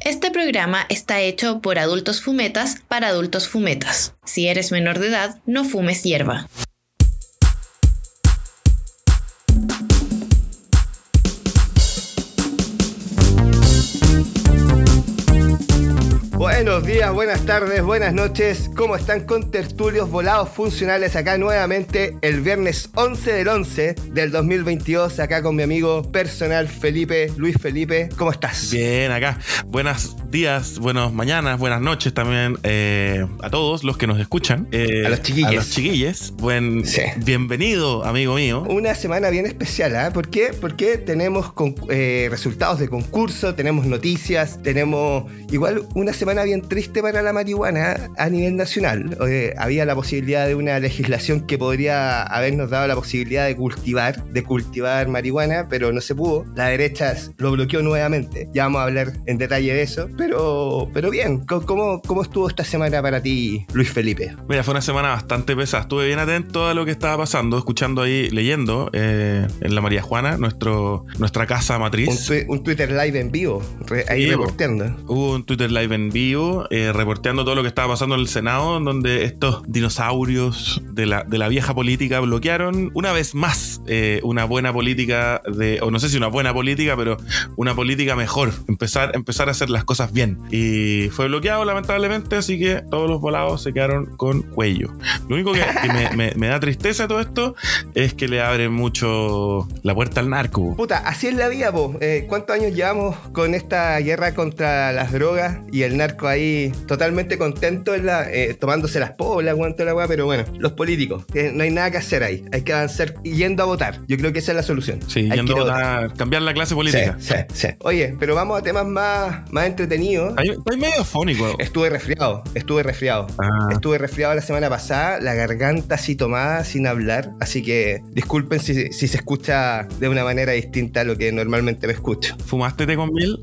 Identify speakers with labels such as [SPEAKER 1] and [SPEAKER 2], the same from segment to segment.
[SPEAKER 1] Este programa está hecho por adultos fumetas para adultos fumetas. Si eres menor de edad, no fumes hierba.
[SPEAKER 2] Buenos días, buenas tardes, buenas noches. ¿Cómo están contertulios volados funcionales? Acá nuevamente el viernes 11 del 11 del 2022. Acá con mi amigo personal Felipe, Luis Felipe. ¿Cómo estás?
[SPEAKER 3] Bien, acá. Buenos días, buenas mañanas, buenas noches también a todos los que nos escuchan.
[SPEAKER 2] A los chiquillos.
[SPEAKER 3] A los chiquillos.
[SPEAKER 2] Sí.
[SPEAKER 3] Bienvenido, amigo mío.
[SPEAKER 2] Una semana bien especial, ¿eh? ¿Por qué? Porque tenemos resultados de concurso, tenemos noticias, tenemos igual una semana bien triste para la marihuana a nivel nacional. Había la posibilidad de una legislación que podría habernos dado la posibilidad de cultivar marihuana, pero no se pudo. La derecha lo bloqueó nuevamente. Ya vamos a hablar en detalle de eso. Pero bien, ¿cómo estuvo esta semana para ti, Luis Felipe?
[SPEAKER 3] Mira, fue una semana bastante pesada. Estuve bien atento a lo que estaba pasando, escuchando ahí, leyendo en la María Juana, nuestra casa matriz.
[SPEAKER 2] Un Twitter live en vivo, ahí reporteando.
[SPEAKER 3] Hubo un Twitter live en vivo, reporteando todo lo que estaba pasando en el Senado, donde estos dinosaurios de la vieja política bloquearon una vez más una buena política, o no sé si una buena política, pero una política mejor. Empezar a hacer las cosas bien. Y fue bloqueado, lamentablemente, así que todos los volados se quedaron con cuello. Lo único que me da tristeza de todo esto es que le abre mucho la puerta al narco.
[SPEAKER 2] Puta, así es la vida, po. ¿Cuántos años llevamos con esta guerra contra las drogas y el narco ahí totalmente contento tomándose las polas, aguanto la weá? Pero bueno, los políticos, no hay nada que hacer ahí. Hay que avanzar yendo a votar. Yo creo que esa es la solución.
[SPEAKER 3] Sí, yendo a votar, cambiar la clase política.
[SPEAKER 2] Sí. Oye, pero vamos a temas más entretenidos.
[SPEAKER 3] Estoy medio afónico.
[SPEAKER 2] Estuve resfriado. Estuve resfriado la semana pasada, la garganta así tomada, sin hablar. Así que disculpen si se escucha de una manera distinta a lo que normalmente me escucho.
[SPEAKER 3] ¿Fumaste té con miel?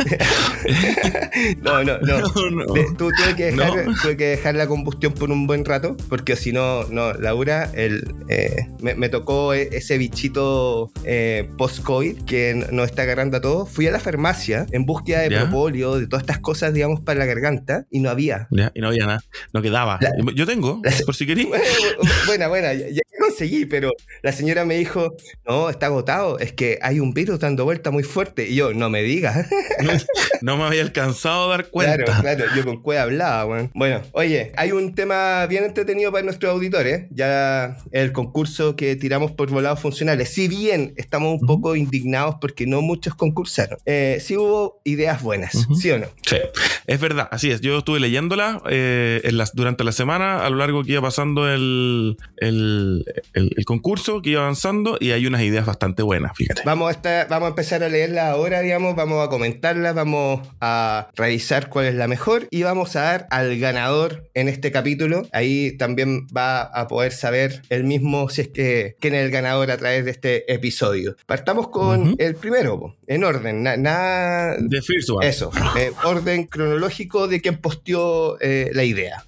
[SPEAKER 2] No. Tuve que dejar la combustión por un buen rato, porque si no, Laura, me tocó ese bichito post-COVID que nos está agarrando a todos. Fui a la farmacia en búsqueda de propóleo, de todas estas cosas, digamos, para la garganta, y no había.
[SPEAKER 3] Y no había nada, no quedaba. Yo tengo, por si queréis.
[SPEAKER 2] Buena, ya conseguí, pero la señora me dijo, no, está agotado, es que hay un virus dando vuelta muy fuerte. Y yo, no me digas.
[SPEAKER 3] No me había alcanzado a dar cuenta.
[SPEAKER 2] Claro, yo con cueva hablaba, weón. Bueno, oye, hay un tema bien entretenido para nuestros auditores, ya el concurso que tiramos por volados funcionales. Si bien estamos un poco indignados porque no muchos concursaron, sí hubo ideas buenas, ¿sí o no?
[SPEAKER 3] Sí, es verdad, así es. Yo estuve leyéndola durante la semana, a lo largo que iba pasando el concurso, que iba avanzando, y hay unas ideas bastante buenas, fíjate.
[SPEAKER 2] Vamos a empezar a leerlas ahora, digamos, vamos a comentarlas, vamos a revisar cuál es la mejor y vamos a dar al ganador en este capítulo. Ahí también va a poder saber él mismo si es que quién es el ganador a través de este episodio. Partamos con el primero, en orden,
[SPEAKER 3] The first one.
[SPEAKER 2] Eso, orden cronológico de quien posteó la idea.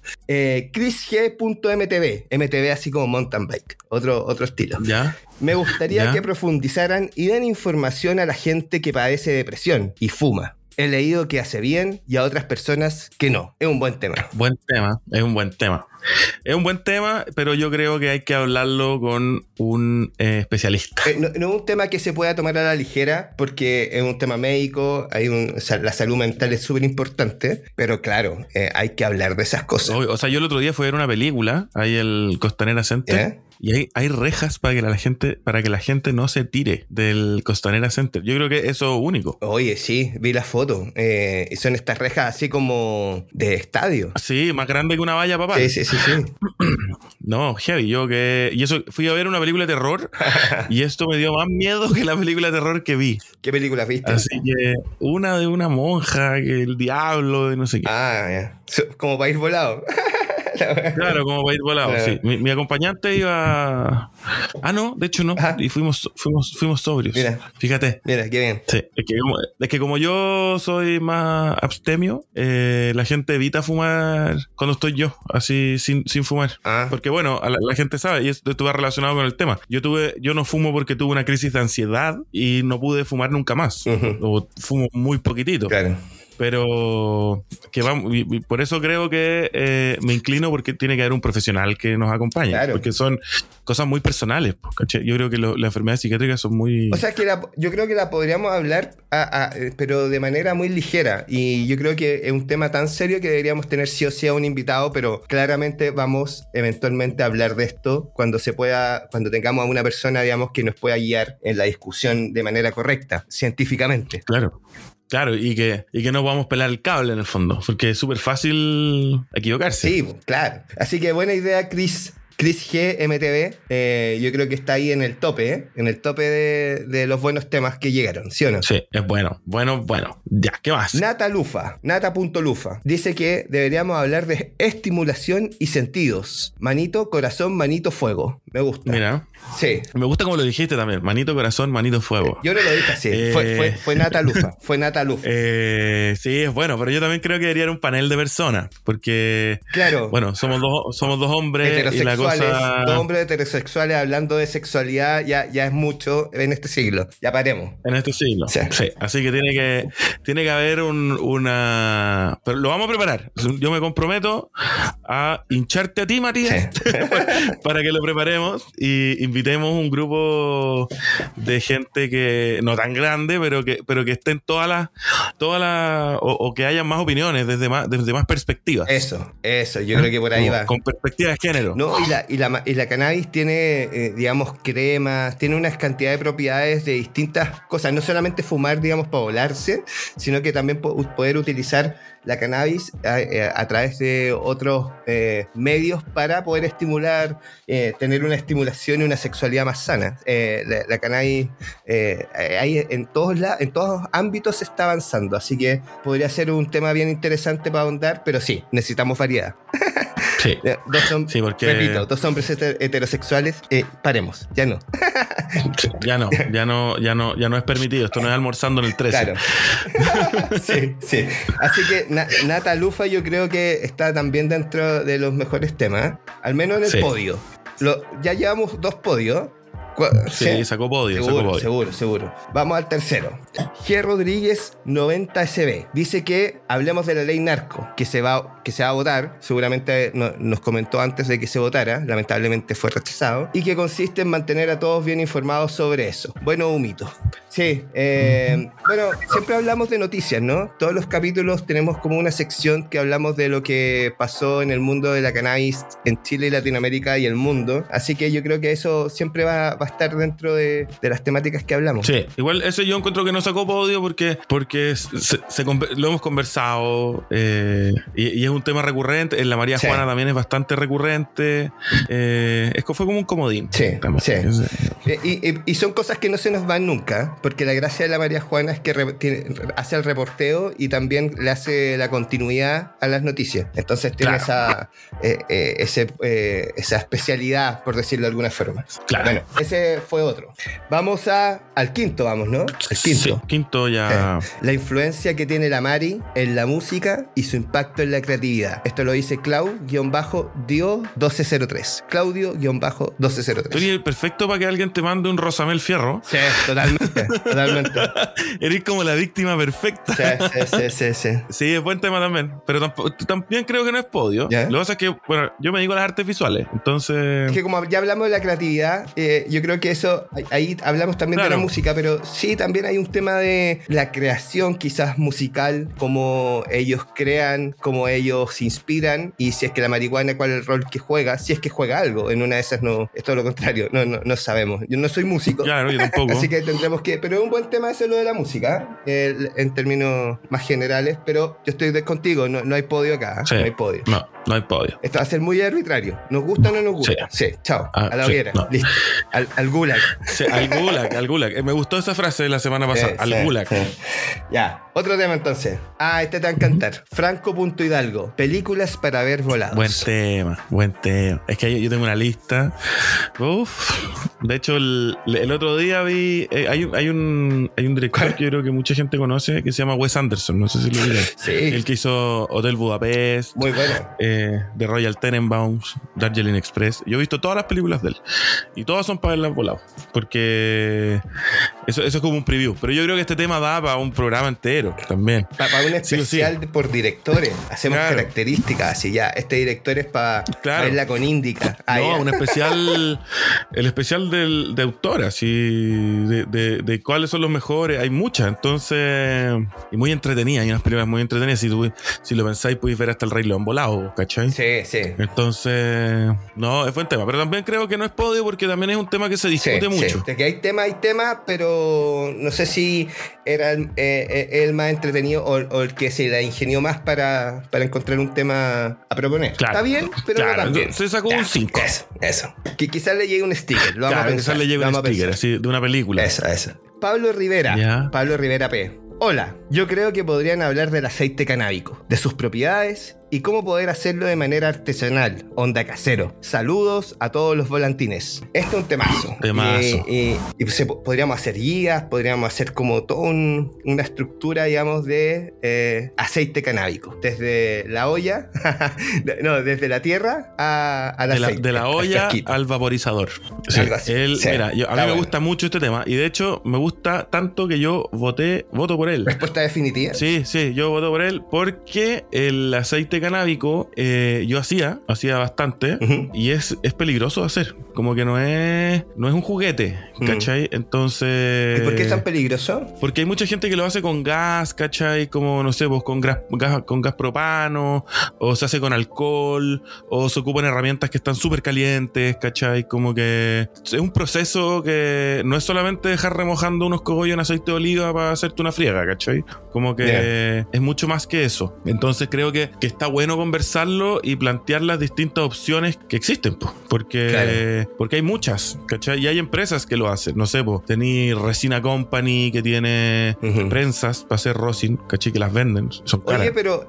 [SPEAKER 2] ChrisG.mtv, MTV así como mountain bike, otro estilo.
[SPEAKER 3] Ya.
[SPEAKER 2] Me gustaría que profundizaran y den información a la gente que padece depresión y fuma. He leído que hace bien y a otras personas que no. Es un buen tema.
[SPEAKER 3] Es un buen tema. Es un buen tema, pero yo creo que hay que hablarlo con un especialista.
[SPEAKER 2] No es un tema que se pueda tomar a la ligera, porque es un tema médico, la salud mental es súper importante, pero claro, hay que hablar de esas cosas.
[SPEAKER 3] O sea, yo el otro día fui a ver una película, ahí el Costanera Center, y hay rejas para que la gente no se tire del Costanera Center. Yo creo que eso es único.
[SPEAKER 2] Oye, sí, vi la foto. Y son estas rejas así como de estadio.
[SPEAKER 3] Sí, más grande que una valla, papá.
[SPEAKER 2] Sí.
[SPEAKER 3] No, heavy. Y eso, fui a ver una película de terror y esto me dio más miedo que la película de terror que vi.
[SPEAKER 2] ¿Qué película viste?
[SPEAKER 3] Así que una de una monja, que el diablo y no sé qué.
[SPEAKER 2] Ya. Como para ir volado.
[SPEAKER 3] Claro, como para ir volado, sí. Mi acompañante iba... no, de hecho no. Ajá. Y fuimos sobrios.
[SPEAKER 2] Mira.
[SPEAKER 3] Fíjate.
[SPEAKER 2] Mira, qué bien.
[SPEAKER 3] Sí, es que como yo soy más abstemio, la gente evita fumar cuando estoy yo, así sin fumar. Porque bueno, la gente sabe, y esto va relacionado con el tema. Yo no fumo porque tuve una crisis de ansiedad y no pude fumar nunca más. O fumo muy poquitito.
[SPEAKER 2] Claro.
[SPEAKER 3] Pero que y por eso creo que me inclino porque tiene que haber un profesional que nos acompañe. Claro. Porque son cosas muy personales, ¿cachai? Yo creo que las enfermedades psiquiátricas son muy...
[SPEAKER 2] O sea, que yo creo que la podríamos hablar, pero de manera muy ligera. Y yo creo que es un tema tan serio que deberíamos tener sí o sí a un invitado, pero claramente vamos eventualmente a hablar de esto cuando se pueda, cuando tengamos a una persona, digamos, que nos pueda guiar en la discusión de manera correcta, científicamente.
[SPEAKER 3] Claro. Claro, y que no podamos pelar el cable en el fondo, porque es súper fácil equivocarse.
[SPEAKER 2] Sí, claro. Así que buena idea, Chris G, MTV, yo creo que está ahí en el tope, en el tope de los buenos temas que llegaron, ¿sí o no?
[SPEAKER 3] Sí, es bueno. Ya, ¿qué más?
[SPEAKER 2] Nata.lufa, dice que deberíamos hablar de estimulación y sentidos. Manito, corazón, manito, fuego. Me gusta.
[SPEAKER 3] Mira.
[SPEAKER 2] Sí.
[SPEAKER 3] Me gusta como lo dijiste también. Manito, corazón, manito, fuego.
[SPEAKER 2] Yo no lo dije así. Fue Nata.lufa.
[SPEAKER 3] Sí, es bueno, pero yo también creo que debería haber un panel de personas, porque... Claro. Bueno, somos dos hombres y la cosa...
[SPEAKER 2] Dos hombres heterosexuales hablando de sexualidad ya es mucho en este siglo. Ya paremos.
[SPEAKER 3] En este siglo. Sí. Así que tiene que haber una... Pero lo vamos a preparar. Yo me comprometo a hincharte a ti, Matías, sí. para que lo preparemos y invitemos un grupo de gente que no tan grande, pero que estén todas las o que hayan más opiniones desde más perspectivas.
[SPEAKER 2] Eso. Yo creo que por ahí va.
[SPEAKER 3] Con perspectiva de género.
[SPEAKER 2] No, y la cannabis tiene, digamos, cremas, tiene unas cantidades de propiedades de distintas cosas. No solamente fumar, digamos, para volarse, sino que también poder utilizar la cannabis a través de otros medios para poder estimular, tener una estimulación y una sexualidad más sana. La cannabis en todos ámbitos se está avanzando, así que podría ser un tema bien interesante para ahondar, pero sí, necesitamos variedad.
[SPEAKER 3] Sí.
[SPEAKER 2] Repito, dos hombres heterosexuales, paremos, ya no.
[SPEAKER 3] Ya no es permitido, esto no es almorzando en el 13.
[SPEAKER 2] Claro. Sí. Así que Nata Lufa yo creo que está también dentro de los mejores temas, al menos en el podio. Ya llevamos 2 podios.
[SPEAKER 3] Sí, sacó podio.
[SPEAKER 2] Seguro. Vamos al tercero. G. Rodríguez 90SB dice que hablemos de la ley narco que se va a votar. Seguramente nos comentó antes de que se votara, lamentablemente fue rechazado, y que consiste en mantener a todos bien informados sobre eso. Bueno, un mito. Sí, bueno, siempre hablamos de noticias, ¿no? Todos los capítulos tenemos como una sección que hablamos de lo que pasó en el mundo de la cannabis en Chile y Latinoamérica y el mundo. Así que yo creo que eso siempre va a estar dentro de las temáticas que hablamos.
[SPEAKER 3] Sí, igual ese yo encuentro que no sacó podio porque lo hemos conversado y es un tema recurrente. En la María Juana también es bastante recurrente. Fue como un comodín.
[SPEAKER 2] Sí. Y son cosas que no se nos van nunca, porque la gracia de la María Juana es que hace el reporteo y también le hace la continuidad a las noticias. Entonces tiene esa especialidad, por decirlo de alguna forma.
[SPEAKER 3] Claro.
[SPEAKER 2] Bueno, ese fue otro. Vamos al quinto, ¿no? El quinto.
[SPEAKER 3] Sí, quinto ya.
[SPEAKER 2] La influencia que tiene la Mari en la música y su impacto en la creatividad. Esto lo dice Claudio-1203. Claudio-1203.
[SPEAKER 3] Eres perfecto para que alguien te mande un Rosamel Fierro.
[SPEAKER 2] Sí, totalmente.
[SPEAKER 3] Eres como la víctima perfecta.
[SPEAKER 2] Sí.
[SPEAKER 3] Sí, es buen tema también. Pero también creo que no es podio. ¿Ya? Lo que pasa es que, bueno, yo me dedico a las artes visuales. Entonces.
[SPEAKER 2] Es que como ya hablamos de la creatividad, yo creo que eso, ahí hablamos también de la música, pero sí, también hay un tema de la creación quizás musical, cómo ellos crean, cómo ellos se inspiran, y si es que la marihuana, cuál es el rol que juega, si es que juega algo. En una de esas no, es todo lo contrario, no sabemos. Yo no soy músico.
[SPEAKER 3] Claro, yo tampoco.
[SPEAKER 2] Así que tendremos que, pero es un buen tema eso lo de la música, en términos más generales, pero yo estoy contigo, no hay podio acá,
[SPEAKER 3] sí.
[SPEAKER 2] No hay podio.
[SPEAKER 3] No hay podio.
[SPEAKER 2] Esto va a ser muy arbitrario. ¿Nos gusta o no nos gusta? Sí, chao. A la hoguera. No. Listo. Al gulag.
[SPEAKER 3] Sí, al gulag. Me gustó esa frase de la semana pasada. Al gulag.
[SPEAKER 2] Sí. Ya. Otro tema entonces. Este te va a encantar. Franco.Hidalgo. Películas para ver volados.
[SPEAKER 3] Buen tema. Es que yo tengo una lista. De hecho, el otro día vi. Hay un director que yo creo que mucha gente conoce que se llama Wes Anderson. No sé si lo vieron.
[SPEAKER 2] Sí.
[SPEAKER 3] El que hizo Hotel Budapest.
[SPEAKER 2] Muy bueno.
[SPEAKER 3] The Royal Tenenbaums, Darjeeling Express. Yo he visto todas las películas de él y todas son para verlas volados porque Eso es como un preview. Pero yo creo que este tema da para un programa entero también.
[SPEAKER 2] Para un especial por directores. Hacemos características así ya. Este director es para verla con Índica.
[SPEAKER 3] Un especial. El especial de autor, así. De cuáles son los mejores. Hay muchas. Entonces. Y muy entretenida. Hay unas películas muy entretenidas. Si lo pensáis, podéis ver hasta El Rey León volado, ¿cachai?
[SPEAKER 2] Sí.
[SPEAKER 3] Entonces. No, es buen tema. Pero también creo que no es podio porque también es un tema que se discute mucho.
[SPEAKER 2] De que hay temas, pero no sé si era el más entretenido o el que se la ingenió más para encontrar un tema a proponer.
[SPEAKER 3] Claro,
[SPEAKER 2] está bien, pero no tan bien.
[SPEAKER 3] Se sacó un 5.
[SPEAKER 2] Eso. Que quizás le llegue un sticker. Lo vamos a pensar.
[SPEAKER 3] Quizás le llegue un sticker, así, de una película.
[SPEAKER 2] Eso. Pablo Rivera. Pablo Rivera P. Hola, yo creo que podrían hablar del aceite canábico, de sus propiedades y cómo poder hacerlo de manera artesanal, onda casero. Saludos a todos los volantines. Este es un temazo. Y podríamos hacer guías, podríamos hacer como toda una estructura, digamos, de aceite canábico. Desde la olla, desde la tierra al aceite.
[SPEAKER 3] De la olla al vaporizador. Sí.
[SPEAKER 2] Algo así.
[SPEAKER 3] Mira, a mí me gusta mucho este tema y de hecho me gusta tanto que yo voto por él.
[SPEAKER 2] ¿Respuesta definitiva?
[SPEAKER 3] Sí, yo voto por él porque el aceite canábico yo hacía bastante y es peligroso de hacer, como que no es un juguete, ¿cachai? Entonces...
[SPEAKER 2] ¿Y por qué es tan peligroso?
[SPEAKER 3] Porque hay mucha gente que lo hace con gas, ¿cachai? Como, no sé, pues con gas propano, o se hace con alcohol, o se ocupan herramientas que están súper calientes, ¿cachai? Como que es un proceso que no es solamente dejar remojando unos cogollos en aceite de oliva para hacerte una friega, ¿cachai? Como que es mucho más que eso. Entonces creo que está bueno conversarlo y plantear las distintas opciones que existen, pues, porque hay muchas, ¿cachai? Y hay empresas que lo hacen, no sé, pues, tení Resina Company que tiene prensas para hacer rosin, ¿cachai? Que las venden, son caras.
[SPEAKER 2] Oye, pero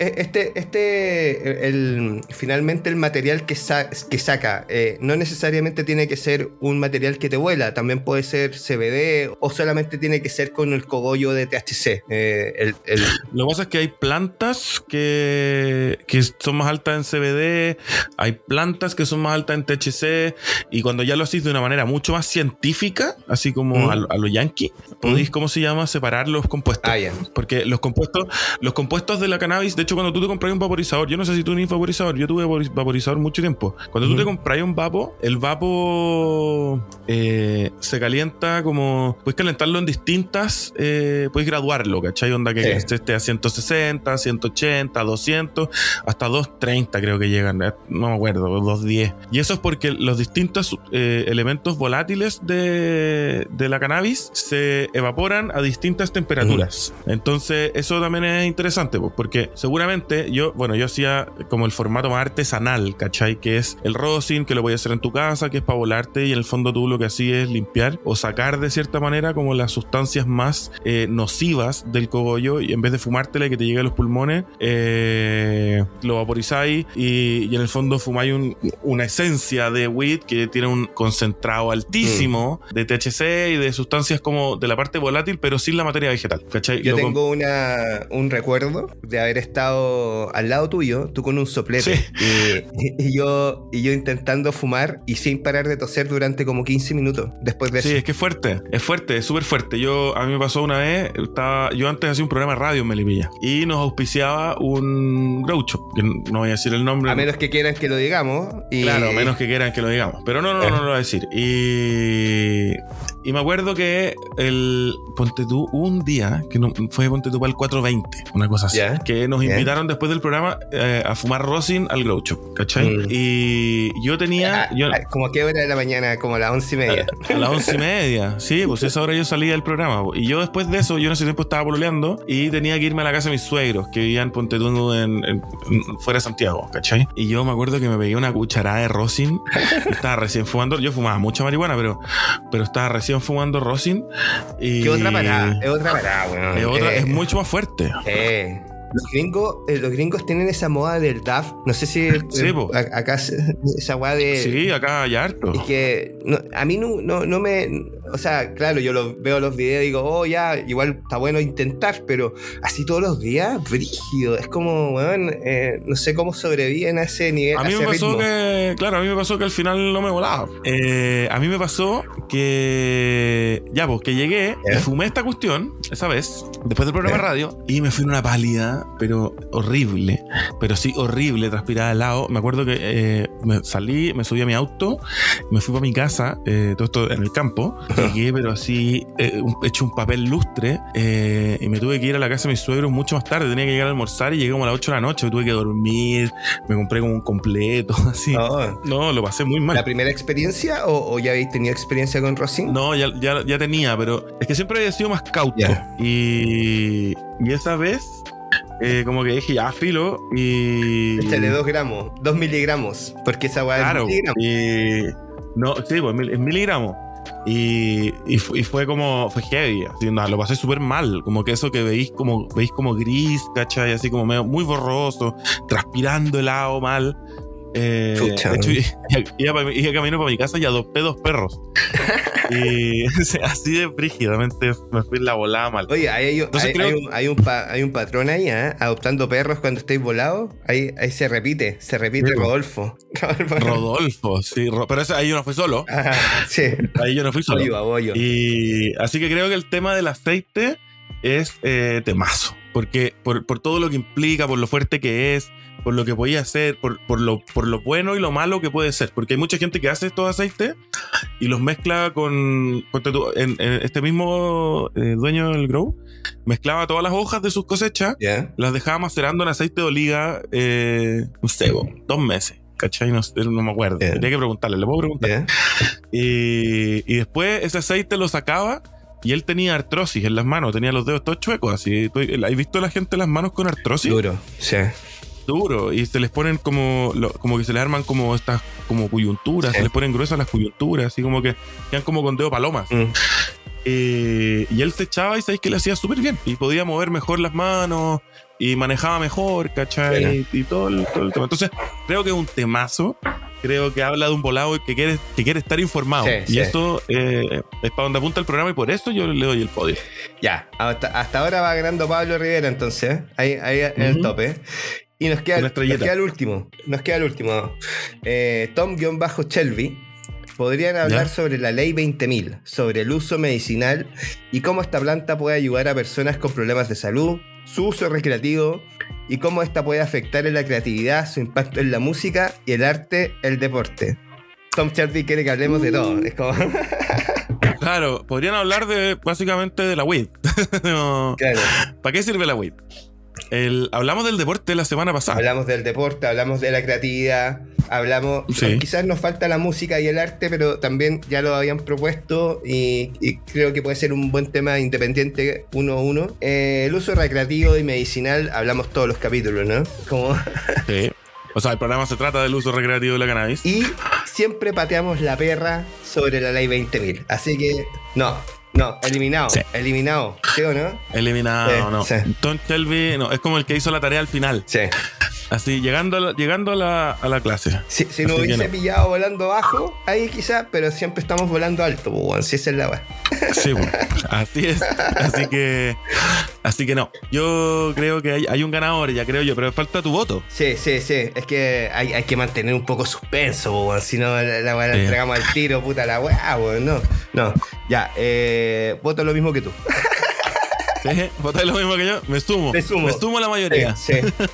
[SPEAKER 2] finalmente el material que saca no necesariamente tiene que ser un material que te vuela, también puede ser CBD o solamente tiene que ser con el cogollo de THC.
[SPEAKER 3] Lo que pasa es que hay plantas que son más altas en CBD, hay plantas que son más altas en THC, y cuando ya lo hacéis de una manera mucho más científica, así como a los yankees, podéis, ¿cómo se llama?, separar los compuestos. Porque los compuestos de la cannabis, de hecho, cuando tú te compras un vaporizador, yo no sé si tú tenés vaporizador, yo tuve vaporizador mucho tiempo. Cuando tú te compras un vapo, el vapo se calienta como, puedes calentarlo en distintas, puedes graduarlo, ¿cachai? Onda que esté a 160, 180, 200, hasta 230 creo que llegan, no me acuerdo, 210. Y eso es porque los distintos elementos volátiles de la cannabis se evaporan a distintas temperaturas. Entonces eso también es interesante, pues, porque seguramente yo hacía como el formato más artesanal, ¿cachai? Que es el rosin, que lo voy a hacer en tu casa, que es para volarte, y en el fondo tú lo que hacías es limpiar o sacar de cierta manera como las sustancias más nocivas del cogollo, y en vez de fumártela y que te llegue a los pulmones, lo vaporizáis y en el fondo fumáis una esencia de weed que tiene un concentrado altísimo de THC y de sustancias como de la parte volátil, pero sin la materia vegetal, ¿cachai?
[SPEAKER 2] Yo tengo un recuerdo de haber estado al lado tuyo, tú con un soplete, y yo intentando fumar y sin parar de toser durante como 15 minutos después de eso.
[SPEAKER 3] Sí, es que es fuerte, es súper fuerte. A mí me pasó una vez, yo antes hacía un programa de radio en Melipilla y nos auspiciaba un groucho, que no voy a decir el nombre.
[SPEAKER 2] A menos que quieran que lo digamos.
[SPEAKER 3] Claro, a menos que quieran que lo digamos. Pero no lo voy a decir. Y me acuerdo que ponte tú, un día, que no, fue ponte tú para el 420, una cosa así, que nos invitaron después del programa a fumar rosin al groucho, ¿cachai? Y yo tenía...
[SPEAKER 2] ¿Como a qué hora de la mañana? Como a las 11:30.
[SPEAKER 3] A las 11:30, sí, pues esa hora yo salía del programa. Y yo después de eso, yo en ese tiempo estaba pololeando y tenía que irme a la casa de mis suegros, que vivían, ponte tú, fuera de Santiago, ¿cachai? Y yo me acuerdo que me pegué una cucharada de rosin, estaba recién fumando, yo fumaba mucha marihuana, pero estaba recién fumando rosin. Y
[SPEAKER 2] ¿Qué otra parada? Es otra parada, weón.
[SPEAKER 3] Es mucho más fuerte.
[SPEAKER 2] Los gringos tienen esa moda del DAF. No sé si
[SPEAKER 3] Sí,
[SPEAKER 2] acá esa weá de.
[SPEAKER 3] Sí, acá hay harto.
[SPEAKER 2] Y que a mí no me. O sea, claro, yo veo los videos y digo, oh, ya, igual está bueno intentar, pero así todos los días, brígido. Es como, weón, no sé cómo sobreviven a ese nivel.
[SPEAKER 3] A mí me pasó que, claro, a mí me pasó que al final no me volaba. A mí me pasó que, ya, pues, que llegué y fumé esta cuestión, esa vez, después del programa de radio, y me fui en una pálida, pero horrible. Pero sí, horrible, transpirada al lado. Me acuerdo que me salí, me subí a mi auto, me fui para mi casa, todo esto en el campo. Llegué, pero así, hecho un papel lustre, y me tuve que ir a la casa de mis suegros mucho más tarde. Tenía que llegar a almorzar y llegué como a las 8 de la noche. Tuve que dormir, me compré como un completo, así. No, lo pasé muy mal.
[SPEAKER 2] ¿La primera experiencia o ya habéis tenido experiencia con rosin?
[SPEAKER 3] No, ya tenía, pero es que siempre había sido más cauto.
[SPEAKER 2] Yeah.
[SPEAKER 3] Y esa vez, como que dije, ya, filo, y...
[SPEAKER 2] Échale 2 gramos, 2 miligramos, porque esa weá
[SPEAKER 3] claro,
[SPEAKER 2] es miligramos.
[SPEAKER 3] No, sí, pues es miligramos. Y fue como, fue heavy, así, no, lo pasé súper mal, como que eso que veis como gris, ¿cachai? Así como medio muy borroso, transpirando helado mal. De hecho, iba camino para mi casa y adopté 2 perros. Y así de brígidamente me fui la volada mal.
[SPEAKER 2] Oye, hay un patrón ahí, adoptando perros cuando estáis volados. Ahí se repite sí, Rodolfo.
[SPEAKER 3] Rodolfo, sí, pero ahí yo no fui solo.
[SPEAKER 2] Sí.
[SPEAKER 3] Ahí yo no fui solo.
[SPEAKER 2] Bollo.
[SPEAKER 3] Y así que creo que el tema del aceite es temazo. Porque por todo lo que implica, por lo fuerte que es, por lo que podía hacer, por lo bueno y lo malo que puede ser. Porque hay mucha gente que hace estos aceites y los mezcla con en este mismo dueño del grow, mezclaba todas las hojas de sus cosechas, las dejaba macerando en aceite de oliva, no sé, 2 meses. ¿Cachai? No me acuerdo. Tenía que preguntarle, le puedo preguntar. Y después ese aceite lo sacaba. Y él tenía artrosis en las manos, tenía los dedos todos chuecos, así. ¿Has visto a la gente las manos con artrosis?
[SPEAKER 2] Duro, sí.
[SPEAKER 3] Duro, y se les ponen como que se les arman como estas como coyunturas, se les ponen gruesas las coyunturas, así como que quedan como con dedo palomas. Y él se echaba y sabéis que le hacía súper bien, y podía mover mejor las manos, y manejaba mejor, ¿cachai? Y todo el tema. Entonces, creo que es un temazo. Creo que habla de un volado que quiere estar informado. Y eso es para donde apunta el programa, y por eso yo le doy el podio. Ya,
[SPEAKER 2] hasta ahora va ganando Pablo Rivera, entonces. Ahí en el tope. Y nos queda el último. Tom-Shelby. Podrían hablar sobre la ley 20.000, sobre el uso medicinal y cómo esta planta puede ayudar a personas con problemas de salud, su uso recreativo y cómo esta puede afectar en la creatividad, su impacto en la música y el arte, el deporte. Tom Shelby quiere que hablemos de todo. Es como...
[SPEAKER 3] Claro, podrían hablar básicamente de la weed. No. Claro. ¿Para qué sirve la weed? Hablamos del deporte la semana pasada.
[SPEAKER 2] Hablamos del deporte, hablamos de la creatividad, quizás nos falta la música y el arte, pero también ya lo habían propuesto y creo que puede ser un buen tema independiente 1-1. El uso recreativo y medicinal, hablamos todos los capítulos, ¿no?
[SPEAKER 3] Sí. O sea, el programa se trata del uso recreativo de la cannabis.
[SPEAKER 2] Y siempre pateamos la perra sobre la ley 20.000. Así que, no, eliminado. Sí. Eliminado, ¿sí o no?
[SPEAKER 3] Eliminado,
[SPEAKER 2] sí,
[SPEAKER 3] no.
[SPEAKER 2] Sí.
[SPEAKER 3] Tom Shelby, no, es como el que hizo la tarea al final.
[SPEAKER 2] Sí.
[SPEAKER 3] Así, llegando a la clase.
[SPEAKER 2] Si nos hubiese pillado volando bajo, ahí quizás, pero siempre estamos volando alto, pues, si esa es la weá.
[SPEAKER 3] Sí, pues, así es. Así que no. Yo creo que hay un ganador, ya creo yo, pero falta tu voto.
[SPEAKER 2] Sí. Es que hay que mantener un poco suspenso, pues, si no la weá la entregamos al tiro, puta la weá, pues, no. Ya, voto lo mismo que tú.
[SPEAKER 3] ¿Votáis lo mismo que yo? Me sumo a la mayoría.
[SPEAKER 2] Sí.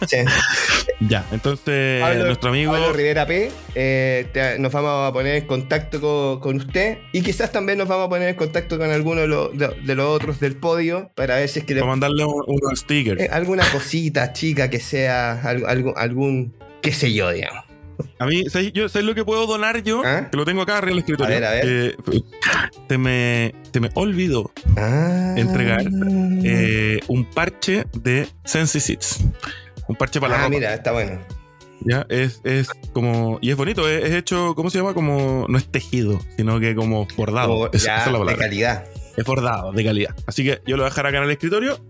[SPEAKER 3] Ya, entonces nuestro amigo
[SPEAKER 2] Pablo Rivera P, nos vamos a poner en contacto con usted y quizás también nos vamos a poner en contacto con alguno de los otros del podio para ver si es que
[SPEAKER 3] para mandarle unos stickers.
[SPEAKER 2] Alguna cosita chica que sea algún qué sé yo, digamos.
[SPEAKER 3] A mí, ¿sabes lo que puedo donar yo? Que lo tengo acá arriba en el escritorio.
[SPEAKER 2] A ver.
[SPEAKER 3] Se me olvidó entregar un parche de Sensi Seeds. Un parche para la ropa.
[SPEAKER 2] Mira, está bueno.
[SPEAKER 3] Ya, es como... Y es bonito, es hecho, ¿cómo se llama? Como... No es tejido, sino que como bordado.
[SPEAKER 2] Esa es la palabra. De calidad.
[SPEAKER 3] Es bordado, de calidad. Así que yo lo voy a dejar acá en el escritorio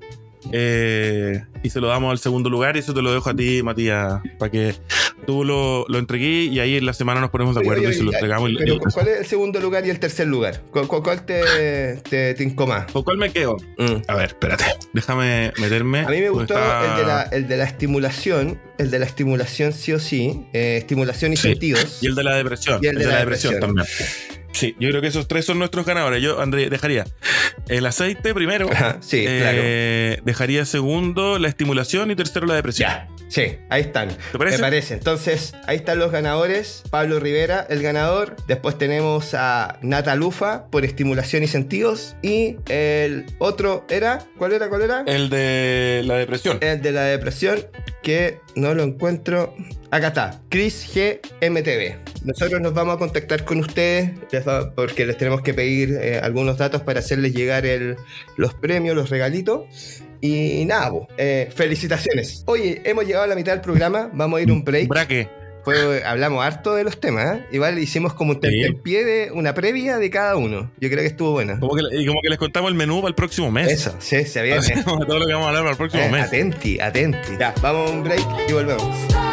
[SPEAKER 3] y se lo damos al segundo lugar, y eso te lo dejo a ti, Matías, para que tú lo entregues y ahí en la semana nos ponemos de acuerdo y se lo entregamos.
[SPEAKER 2] Pero ¿cuál es el segundo lugar y el tercer lugar? ¿Cuál te incoma?
[SPEAKER 3] ¿Con cuál me quedo? A ver, espérate, déjame meterme.
[SPEAKER 2] A mí me gustó el de la estimulación, sí o sí, estimulación y sentidos.
[SPEAKER 3] Y el de la depresión.
[SPEAKER 2] Y el de la depresión
[SPEAKER 3] también. Sí, yo creo que esos tres son nuestros ganadores. Yo, André, dejaría el aceite primero.
[SPEAKER 2] Ajá, sí, claro.
[SPEAKER 3] Dejaría segundo la estimulación y tercero la depresión.
[SPEAKER 2] Ya, sí, ahí están.
[SPEAKER 3] ¿Te parece?
[SPEAKER 2] Me parece. Entonces, ahí están los ganadores. Pablo Rivera, el ganador. Después tenemos a Nata Lufa por estimulación y sentidos. Y el otro era... ¿Cuál era?
[SPEAKER 3] El de la depresión.
[SPEAKER 2] El de la depresión, que no lo encuentro. Acá está, Chris G. MTV. Nosotros nos vamos a contactar con ustedes porque les tenemos que pedir algunos datos para hacerles llegar los premios, los regalitos. Y nada, felicitaciones. Oye, hemos llegado a la mitad del programa, vamos a ir a un break.
[SPEAKER 3] ¿Braque?
[SPEAKER 2] Hablamos harto de los temas, ¿eh? Igual hicimos como un pie de una previa de cada uno. Yo creo que estuvo buena.
[SPEAKER 3] Como que les contamos el menú para el próximo mes.
[SPEAKER 2] Eso, sí, se viene.
[SPEAKER 3] Todo lo que vamos a hablar para el próximo mes.
[SPEAKER 2] Atenti. Ya, vamos a un break y volvemos.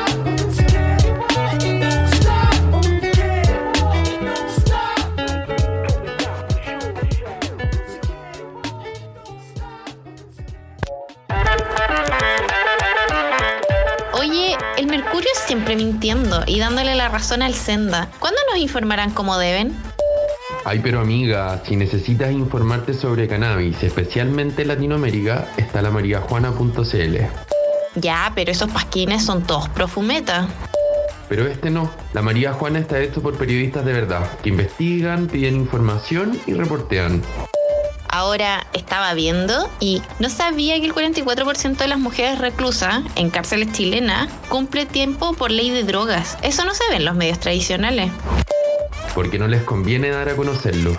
[SPEAKER 1] Oye, el Mercurio siempre mintiendo y dándole la razón al Senda. ¿Cuándo nos informarán como deben?
[SPEAKER 4] Ay, pero amiga, si necesitas informarte sobre cannabis, especialmente en Latinoamérica, está la mariajuana.cl.
[SPEAKER 1] Ya, pero esos pasquines son todos pro fumeta.
[SPEAKER 4] Pero este no. La María Juana está hecho por periodistas de verdad, que investigan, piden información y reportean.
[SPEAKER 1] Ahora estaba viendo y no sabía que el 44% de las mujeres reclusas en cárceles chilenas cumple tiempo por ley de drogas. Eso no se ve en los medios tradicionales.
[SPEAKER 4] Porque no les conviene dar a conocerlo.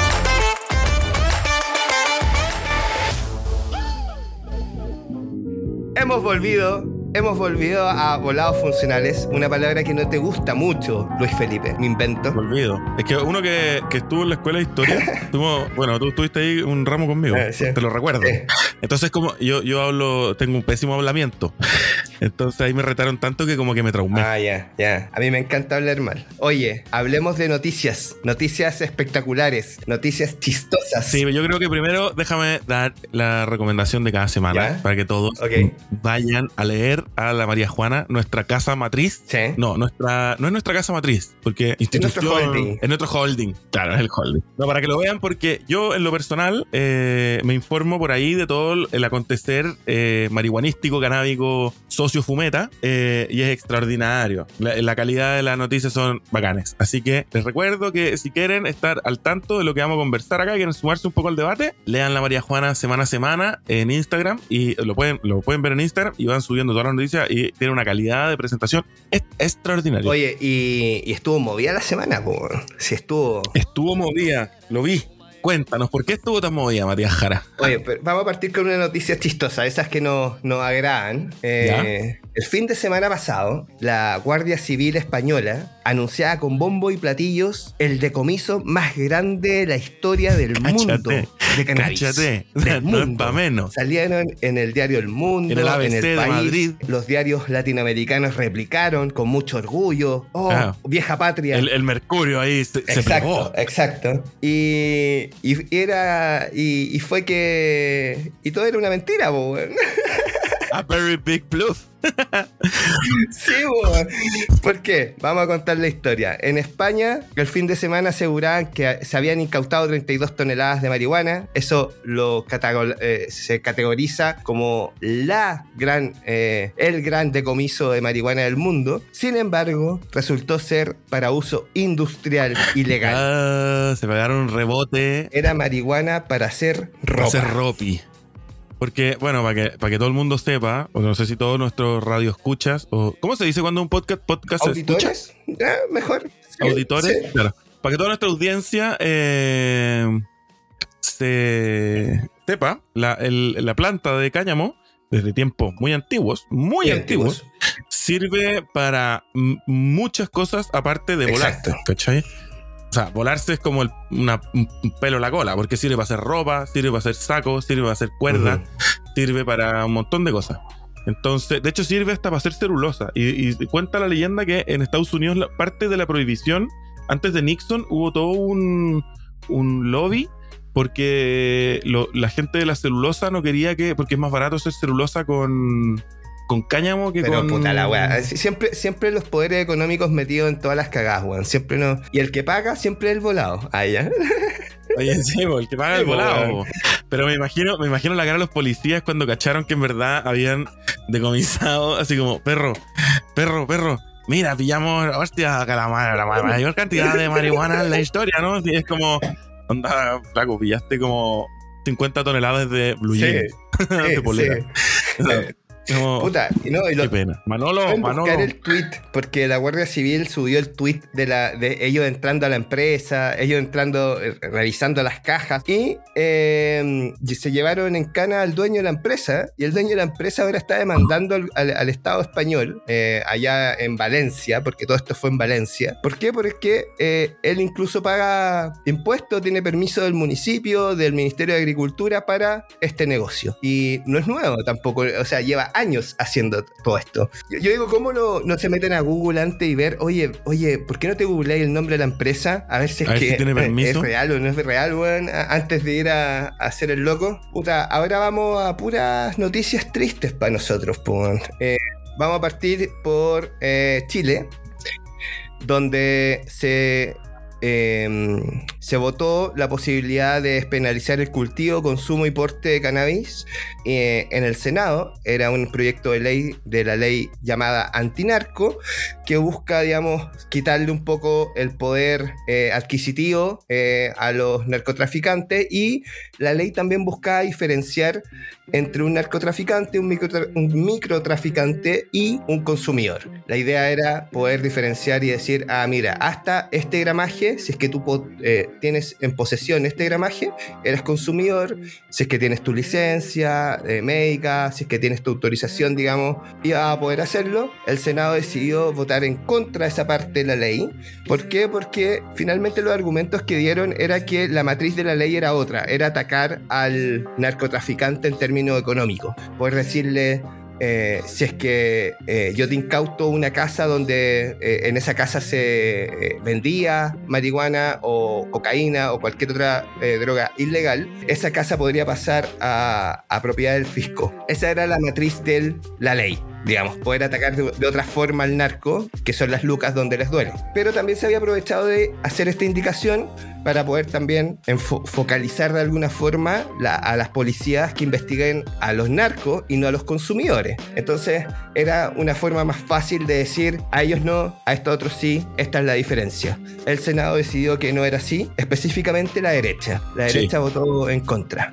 [SPEAKER 2] Hemos volvido a volados funcionales, una palabra que no te gusta mucho, Luis Felipe, me invento.
[SPEAKER 3] Me olvido. Es que uno que estuvo en la escuela de historia, tú estuviste ahí un ramo conmigo,
[SPEAKER 2] sí.
[SPEAKER 3] Te lo recuerdo. Entonces, como yo hablo, tengo un pésimo hablamiento. Entonces ahí me retaron tanto que como que me traumé.
[SPEAKER 2] Ya. A mí me encanta hablar mal. Oye, hablemos de noticias espectaculares, noticias chistosas.
[SPEAKER 3] Sí, yo creo que primero déjame dar la recomendación de cada semana, ¿ya? Para que todos vayan a leer a la María Juana, nuestra casa matriz.
[SPEAKER 2] Sí.
[SPEAKER 3] No es nuestra casa matriz, porque institución es nuestro holding. Claro, es el holding. No, para que lo vean, porque yo en lo personal me informo por ahí de todo el acontecer marihuanístico, canábico, socio-fumeta, y es extraordinario. La calidad de las noticias son bacanes. Así que les recuerdo que si quieren estar al tanto de lo que vamos a conversar acá, quieren sumarse un poco al debate, lean la María Juana semana a semana en Instagram, y lo pueden ver en Instagram y van subiendo todas las noticias y tiene una calidad de presentación extraordinaria.
[SPEAKER 2] Oye, y estuvo movida la semana, po. Sí, estuvo
[SPEAKER 3] movida, lo vi. Cuéntanos, ¿por qué estuvo tan movida, Matías Jara?
[SPEAKER 2] Oye, pero vamos a partir con una noticia chistosa, esas que nos agradan. El fin de semana pasado, la Guardia Civil Española anunciaba con bombo y platillos el decomiso más grande de la historia del mundo de cannabis.
[SPEAKER 3] Cáchate, no es pa' menos.
[SPEAKER 2] Salieron en el diario El Mundo,
[SPEAKER 3] en el ABC
[SPEAKER 2] en el
[SPEAKER 3] de
[SPEAKER 2] País.
[SPEAKER 3] Madrid.
[SPEAKER 2] Los diarios latinoamericanos replicaron con mucho orgullo. Vieja patria.
[SPEAKER 3] El Mercurio ahí se pegó.
[SPEAKER 2] Exacto. Y fue que... Y todo era una mentira, po.
[SPEAKER 3] A very big bluff.
[SPEAKER 2] Sí, bueno. ¿Por qué? Vamos a contar la historia. En España, el fin de semana aseguraban que se habían incautado 32 toneladas de marihuana. Eso se categoriza como el gran decomiso de marihuana del mundo. Sin embargo, resultó ser para uso industrial ilegal.
[SPEAKER 3] Se pegaron un rebote.
[SPEAKER 2] Era marihuana para hacer ropa.
[SPEAKER 3] Para hacer ropi. Porque, bueno, para que todo el mundo sepa, o no sé si todos nuestros radioescuchas, o ¿cómo se dice cuando un podcast
[SPEAKER 2] ¿auditores? Mejor.
[SPEAKER 3] Sí, auditores, sí. Claro. Para que toda nuestra audiencia se sepa, la planta de cáñamo, desde tiempos muy antiguos, sirve para muchas cosas aparte de volar.
[SPEAKER 2] Exacto.
[SPEAKER 3] ¿Cachai? O sea, volarse es como un pelo en la cola, porque sirve para hacer ropa, sirve para hacer sacos, sirve para hacer cuerdas, sirve para un montón de cosas. Entonces, de hecho sirve hasta para hacer celulosa. Y cuenta la leyenda que en Estados Unidos parte de la prohibición, antes de Nixon, hubo todo un lobby porque la gente de la celulosa no quería porque es más barato hacer celulosa con cáñamo que
[SPEAKER 2] pero
[SPEAKER 3] con...
[SPEAKER 2] puta la weá. Siempre los poderes económicos metidos en todas las cagadas, weón. Siempre no. Y el que paga siempre es el volado. Ahí ya.
[SPEAKER 3] Oye, sí, el que paga el volado. Pero me imagino la cara de los policías cuando cacharon que en verdad habían decomisado, así como, perro, mira, pillamos, hostia, la mayor cantidad de marihuana en la historia, ¿no? Y es como, onda, flaco, pillaste como 50 toneladas de blue jean, de polera.
[SPEAKER 2] Sí.
[SPEAKER 3] Como,
[SPEAKER 2] puta, no, y
[SPEAKER 3] qué pena. Manolo.
[SPEAKER 2] buscar el tweet, porque la Guardia Civil subió el tweet de ellos entrando a la empresa, ellos entrando, revisando las cajas, y se llevaron en cana al dueño de la empresa, y el dueño de la empresa ahora está demandando al Estado español, allá en Valencia, porque todo esto fue en Valencia. ¿Por qué? Porque él incluso paga impuestos, tiene permiso del municipio, del Ministerio de Agricultura para este negocio. Y no es nuevo tampoco, o sea, lleva años haciendo todo esto. Yo digo, ¿cómo no se meten a Google antes y ver, oye, ¿por qué no te googleáis el nombre de la empresa? A ver si si tiene permiso. ¿Es real o no es real, weón? Antes de ir a hacer el loco. Puta, ahora vamos a puras noticias tristes para nosotros, pues. Vamos a partir por Chile, donde se votó la posibilidad de despenalizar el cultivo, consumo y porte de cannabis en el Senado. Era un proyecto de ley de la ley llamada antinarco, que busca, digamos, quitarle un poco el poder adquisitivo a los narcotraficantes, y la ley también busca diferenciar entre un narcotraficante, un microtraficante y un consumidor. La idea era poder diferenciar y decir, mira, hasta este gramaje, si es que tú tienes en posesión este gramaje, eres consumidor. Si es que tienes tu licencia médica, si es que tienes tu autorización, digamos, y vas a poder hacerlo. El Senado decidió votar en contra de esa parte de la ley. ¿Por qué? Porque finalmente los argumentos que dieron era que la matriz de la ley era otra, era atacar al narcotraficante en términos económicos. Poder decirle, si es que yo te incauto una casa donde en esa casa se vendía marihuana o cocaína o cualquier otra droga ilegal, esa casa podría pasar a propiedad del fisco. Esa era la matriz de la ley, digamos, poder atacar de otra forma al narco, que son las lucas donde les duele. Pero también se había aprovechado de hacer esta indicación para poder también focalizar de alguna forma a las policías que investiguen a los narcos y no a los consumidores. Entonces era una forma más fácil de decir, a ellos no, a estos otros sí, esta es la diferencia. El Senado decidió que no era así, específicamente la derecha. La derecha votó en contra,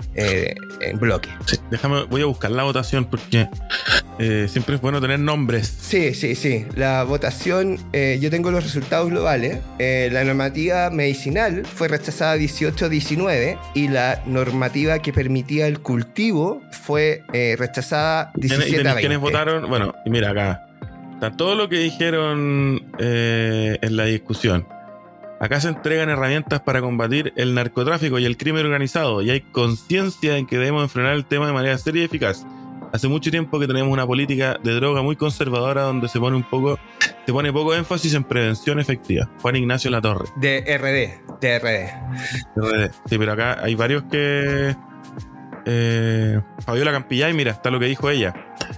[SPEAKER 2] en bloque.
[SPEAKER 3] Sí, voy a buscar la votación porque siempre es bueno tener nombres.
[SPEAKER 2] Sí. La votación, yo tengo los resultados globales. La normativa medicinal fue rechazada 18-19 y la normativa que permitía el cultivo fue rechazada 17-20.
[SPEAKER 3] ¿Quiénes votaron? Bueno, y mira acá. Está todo lo que dijeron en la discusión. Acá se entregan herramientas para combatir el narcotráfico y el crimen organizado, y hay conciencia en que debemos enfrentar el tema de manera seria y eficaz. Hace mucho tiempo que tenemos una política de droga muy conservadora donde se pone poco énfasis en prevención efectiva. Juan Ignacio Latorre.
[SPEAKER 2] De RD.
[SPEAKER 3] Sí, pero acá hay varios que... Fabiola Campillay, mira, está lo que dijo ella.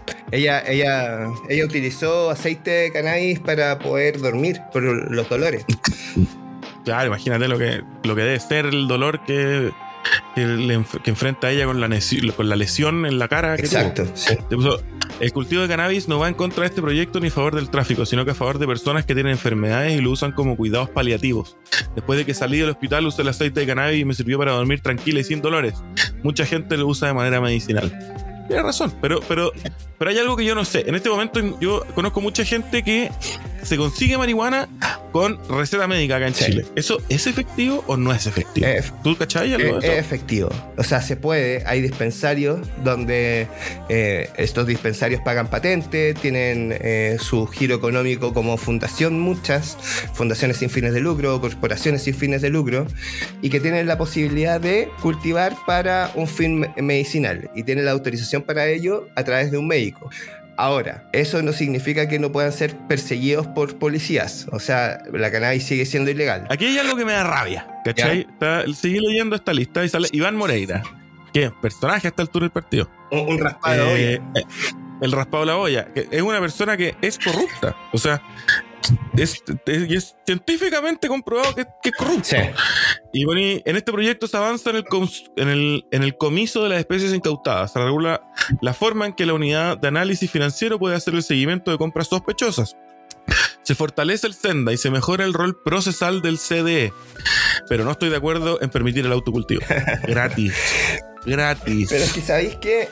[SPEAKER 2] Ella utilizó aceite de cannabis para poder dormir por los dolores.
[SPEAKER 3] Claro, imagínate lo que debe ser el dolor que enfrenta ella con la lesión en la cara.
[SPEAKER 2] Exacto, sí.
[SPEAKER 3] El cultivo de cannabis no va en contra de este proyecto ni a favor del tráfico, sino que a favor de personas que tienen enfermedades y lo usan como cuidados paliativos. Después de que salí del hospital usé el aceite de cannabis y me sirvió para dormir tranquila y sin dolores. Mucha gente lo usa de manera medicinal. Tienes razón, pero hay algo que yo no sé. En este momento yo conozco mucha gente que se consigue marihuana con receta médica acá en Chile. ¿Eso es efectivo o no es efectivo? ¿Tú cachai algo de eso?
[SPEAKER 2] Es efectivo. O sea, se puede. Hay dispensarios donde estos dispensarios pagan patente, tienen su giro económico como fundación, muchas fundaciones sin fines de lucro, corporaciones sin fines de lucro, y que tienen la posibilidad de cultivar para un fin medicinal y tienen la autorización para ello a través de un médico. Ahora, eso no significa que no puedan ser perseguidos por policías. O sea, la cannabis sigue siendo ilegal.
[SPEAKER 3] Aquí hay algo que me da rabia, ¿cachai? Seguí leyendo esta lista y sale Iván Moreira, que es personaje a esta altura del partido.
[SPEAKER 2] Un raspado de olla.
[SPEAKER 3] El raspado de la olla, que es una persona que es corrupta. O sea, es científicamente comprobado que es corrupto.
[SPEAKER 2] Sí.
[SPEAKER 3] Y bueno, en este proyecto se avanza en el comiso de las especies incautadas. Se regula la forma en que la unidad de análisis financiero puede hacer el seguimiento de compras sospechosas. Se fortalece el SENDA y se mejora el rol procesal del CDE. Pero no estoy de acuerdo en permitir el autocultivo. Gratis. Pero
[SPEAKER 2] es que sabéis que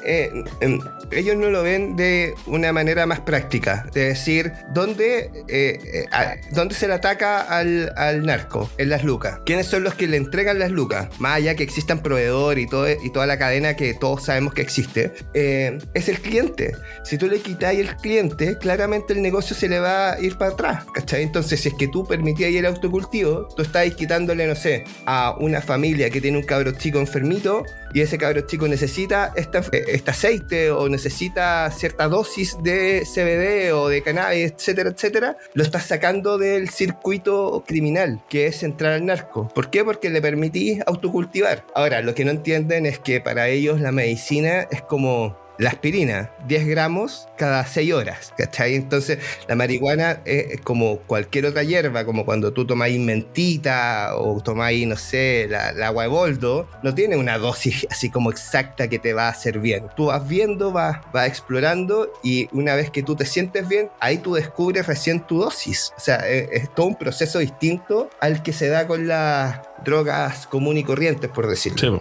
[SPEAKER 2] ellos no lo ven de una manera más práctica, de decir dónde se le ataca al narco en las lucas, quiénes son los que le entregan las lucas, más allá que existan proveedores y toda la cadena que todos sabemos que existe, es el cliente. Si tú le quitáis el cliente, claramente el negocio se le va a ir para atrás, ¿cachai? Entonces, si es que tú permitías el autocultivo, tú estáis quitándole, no sé, a una familia que tiene un cabro chico enfermito, y ese cabro chico necesita este aceite o necesita cierta dosis de CBD o de cannabis, etcétera, etcétera, lo estás sacando del circuito criminal, que es entrar al narco. ¿Por qué? Porque le permitís autocultivar. Ahora, lo que no entienden es que para ellos la medicina es como la aspirina, 10 gramos cada 6 horas, ¿cachai? Entonces, la marihuana es como cualquier otra hierba, como cuando tú tomáis mentita o tomáis, no sé, la agua de boldo, no tiene una dosis así como exacta que te va a hacer bien. Tú vas viendo, vas explorando y una vez que tú te sientes bien, ahí tú descubres recién tu dosis. O sea, es todo un proceso distinto al que se da con las drogas comunes y corrientes, por decirlo.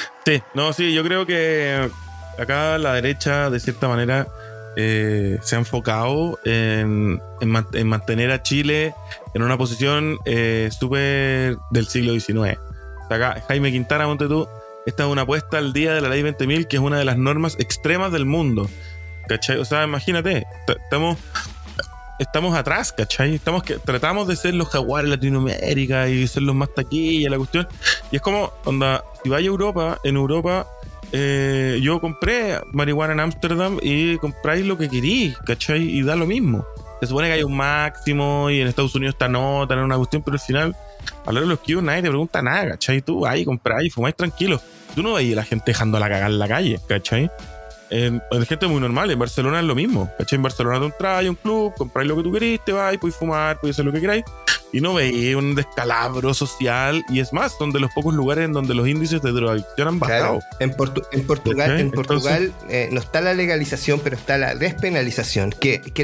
[SPEAKER 3] Sí, yo creo que acá la derecha, de cierta manera, se ha enfocado en mantener a Chile en una posición súper del siglo XIX. Acá, Jaime Quintana, ponte tú, esta es una apuesta al día de la ley 20.000, que es una de las normas extremas del mundo, ¿cachai? O sea, imagínate, estamos atrás, ¿cachai? Tratamos de ser los jaguares de Latinoamérica y ser los más taquillas, la cuestión. Y es como, onda, si vais a Europa, en Europa, yo compré marihuana en Ámsterdam y compráis lo que querís, ¿cachai? Y da lo mismo. Se supone que hay un máximo y en Estados Unidos está nota, en una cuestión, pero al final, a lo de los kioscos nadie te pregunta nada, ¿cachai? Tú vas y compráis y fumáis tranquilo. Tú no veis a la gente dejando la cagada en la calle, ¿cachai? Hay gente muy normal. En Barcelona es lo mismo, ¿cachai? En Barcelona tú entras a un club, compráis lo que tú querís, te vas, puedes fumar, puedes hacer lo que queráis, y no veis un descalabro social. Y es más, son de los pocos lugares en donde los índices de drogadicción han bajado.
[SPEAKER 2] Claro. En Portugal,
[SPEAKER 3] ¿okay?
[SPEAKER 2] Entonces, no está la legalización, pero está la despenalización, que es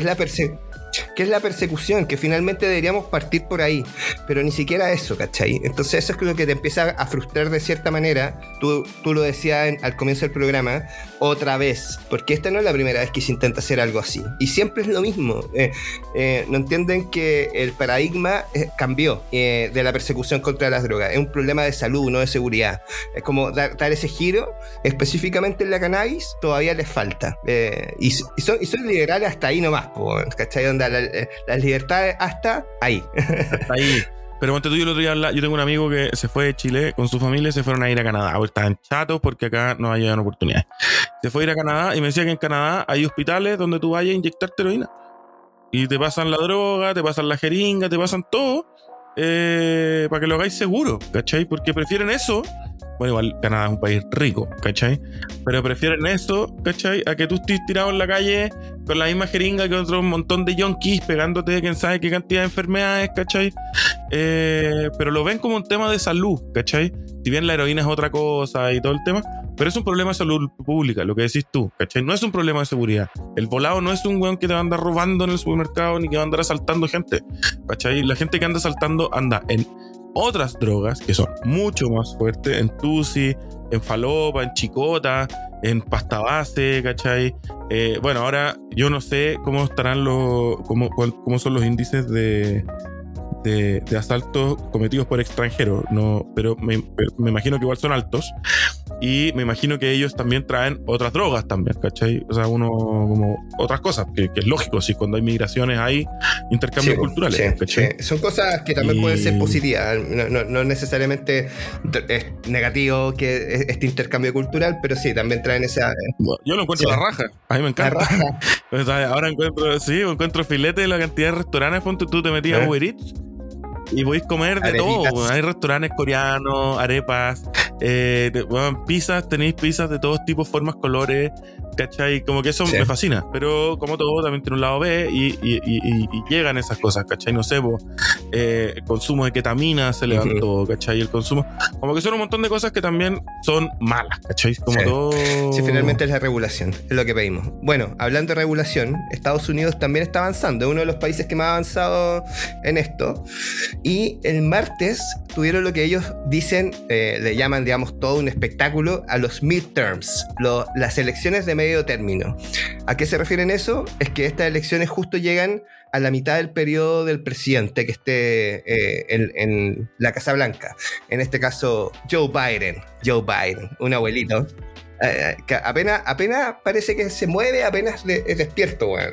[SPEAKER 2] la persecución, que finalmente deberíamos partir por ahí, pero ni siquiera eso, ¿cachai? Entonces eso es lo que te empieza a frustrar de cierta manera. Tú lo decías al comienzo del programa, otra vez, porque esta no es la primera vez que se intenta hacer algo así, y siempre es lo mismo. No entienden que el paradigma cambió de la persecución contra las drogas. Es un problema de salud, no de seguridad. Es como dar ese giro, específicamente en la cannabis, todavía les falta. Y son liberales hasta ahí nomás, ¿cachai? Las libertades hasta ahí.
[SPEAKER 3] Hasta ahí. Pero ponte tú, yo el otro día yo tengo un amigo que se fue de Chile con su familia y se fueron a ir a Canadá. Estaban chatos porque acá no hay oportunidades. Se fue a ir a Canadá y me decía que en Canadá hay hospitales donde tú vayas a inyectarte heroína y te pasan la droga, te pasan la jeringa, te pasan todo para que lo hagáis seguro, ¿cachai? Porque prefieren eso. Bueno, igual Canadá es un país rico, ¿cachai? Pero prefieren eso, ¿cachai? A que tú estés tirado en la calle con la misma jeringa que otro montón de yonkis pegándote quién sabe qué cantidad de enfermedades, ¿cachai? Pero lo ven como un tema de salud, ¿cachai? Si bien la heroína es otra cosa y todo el tema, pero es un problema de salud pública, lo que decís tú, ¿cachai? No es un problema de seguridad. El volado no es un weón que te va a andar robando en el supermercado ni que va a andar asaltando gente, ¿cachai? La gente que anda asaltando anda en otras drogas que son mucho más fuertes, en tusi, en falopa, en chicota, en pasta base, ¿cachai? Bueno, ahora yo no sé cómo estarán cómo son los índices de de asaltos cometidos por extranjeros, no, pero me imagino que igual son altos. Y me imagino que ellos también traen otras drogas también, ¿cachai? O sea, uno como otras cosas, que es lógico, si cuando hay migraciones hay intercambios culturales, ¿cachai?
[SPEAKER 2] Sí. Son cosas que también pueden ser positivas, no necesariamente es negativo que este intercambio cultural, pero sí, también traen esa...
[SPEAKER 3] Yo lo encuentro la raja, a mí me encanta. O sea, ahora encuentro filete de la cantidad de restaurantes, ponte tú te metías a Uber Eats y podéis comer de
[SPEAKER 2] Arepitas.
[SPEAKER 3] todo. Hay restaurantes coreanos, arepas, pizzas, tenéis pizzas de todos tipos, formas, colores, ¿cachai? Como que eso me fascina. Pero como todo, también tiene un lado B y llegan esas cosas, ¿cachai? No sé, el consumo de ketamina se levantó, ¿cachai? El consumo... Como que son un montón de cosas que también son malas, ¿cachai? Como todo...
[SPEAKER 2] Sí, finalmente es la regulación, es lo que pedimos. Bueno, hablando de regulación, Estados Unidos también está avanzando, es uno de los países que más ha avanzado en esto. Y el martes tuvieron lo que ellos dicen, le llaman, digamos, todo un espectáculo a los midterms, las elecciones de medio término. ¿A qué se refieren eso? Es que estas elecciones justo llegan a la mitad del periodo del presidente que esté en la Casa Blanca. En este caso, Joe Biden, un abuelito. Que apenas parece que se mueve, apenas es despierto, bueno.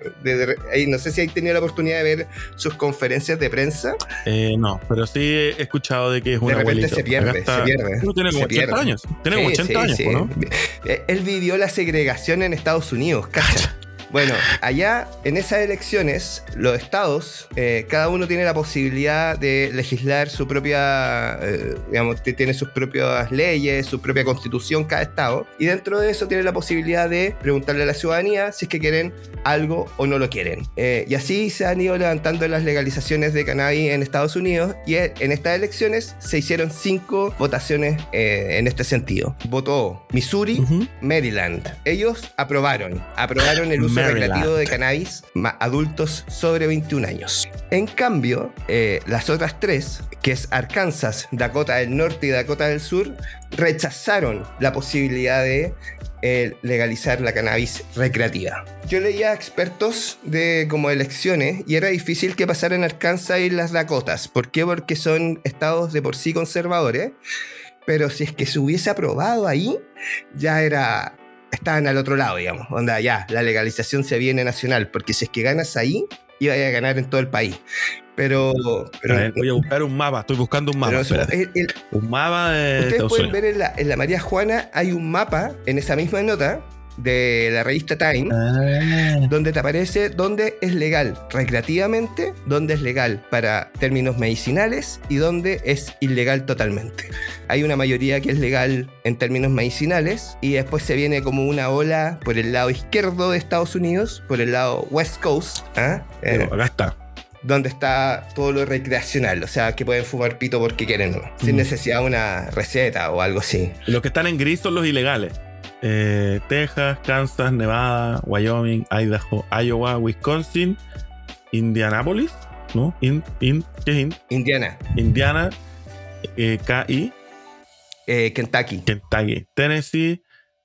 [SPEAKER 2] No sé si hay tenido la oportunidad de ver sus conferencias de prensa.
[SPEAKER 3] No, pero sí he escuchado de que es un
[SPEAKER 2] de repente
[SPEAKER 3] abuelito.
[SPEAKER 2] se pierde.
[SPEAKER 3] Tiene como 80 años. Tiene como 80 años, ¿no?
[SPEAKER 2] Él vivió la segregación en Estados Unidos, ¿cacha? Bueno, allá en esas elecciones, los estados, cada uno tiene la posibilidad de legislar su propia, digamos, tiene sus propias leyes, su propia constitución, cada estado, y dentro de eso tiene la posibilidad de preguntarle a la ciudadanía si es que quieren algo o no lo quieren. Y así se han ido levantando las legalizaciones de cannabis en Estados Unidos, y en estas elecciones se hicieron 5 votaciones en este sentido. Votó Missouri, Maryland. Ellos aprobaron el uso recreativo de cannabis adultos sobre 21 años. En cambio, las otras 3, que es Arkansas, Dakota del Norte y Dakota del Sur, rechazaron la posibilidad de legalizar la cannabis recreativa. Yo leía a expertos de como elecciones y era difícil que pasara en Arkansas y las Dakotas. ¿Por qué? Porque son estados de por sí conservadores, pero si es que se hubiese aprobado ahí, ya estaban al otro lado, digamos. Onda, ya, la legalización se viene nacional, porque si es que ganas ahí, iba a ganar en todo el país. Pero
[SPEAKER 3] voy a buscar un mapa, estoy buscando un mapa. Un mapa de
[SPEAKER 2] ustedes
[SPEAKER 3] Estados
[SPEAKER 2] pueden
[SPEAKER 3] Unidos.
[SPEAKER 2] ver en la María Juana, hay un mapa en esa misma nota de la revista Time, donde te aparece dónde es legal recreativamente, dónde es legal para términos medicinales y dónde es ilegal totalmente. Hay una mayoría que es legal en términos medicinales y después se viene como una ola por el lado izquierdo de Estados Unidos, por el lado West Coast,
[SPEAKER 3] Acá está.
[SPEAKER 2] donde está todo lo recreacional, o sea, que pueden fumar pito porque quieren, ¿no? Sin necesidad de una receta o algo así.
[SPEAKER 3] Los que están en gris son los ilegales. Texas, Kansas, Nevada, Wyoming, Idaho, Iowa, Wisconsin, Indianapolis, ¿no? ¿Qué es
[SPEAKER 2] Indiana.
[SPEAKER 3] Indiana, KI,
[SPEAKER 2] Kentucky.
[SPEAKER 3] Tennessee,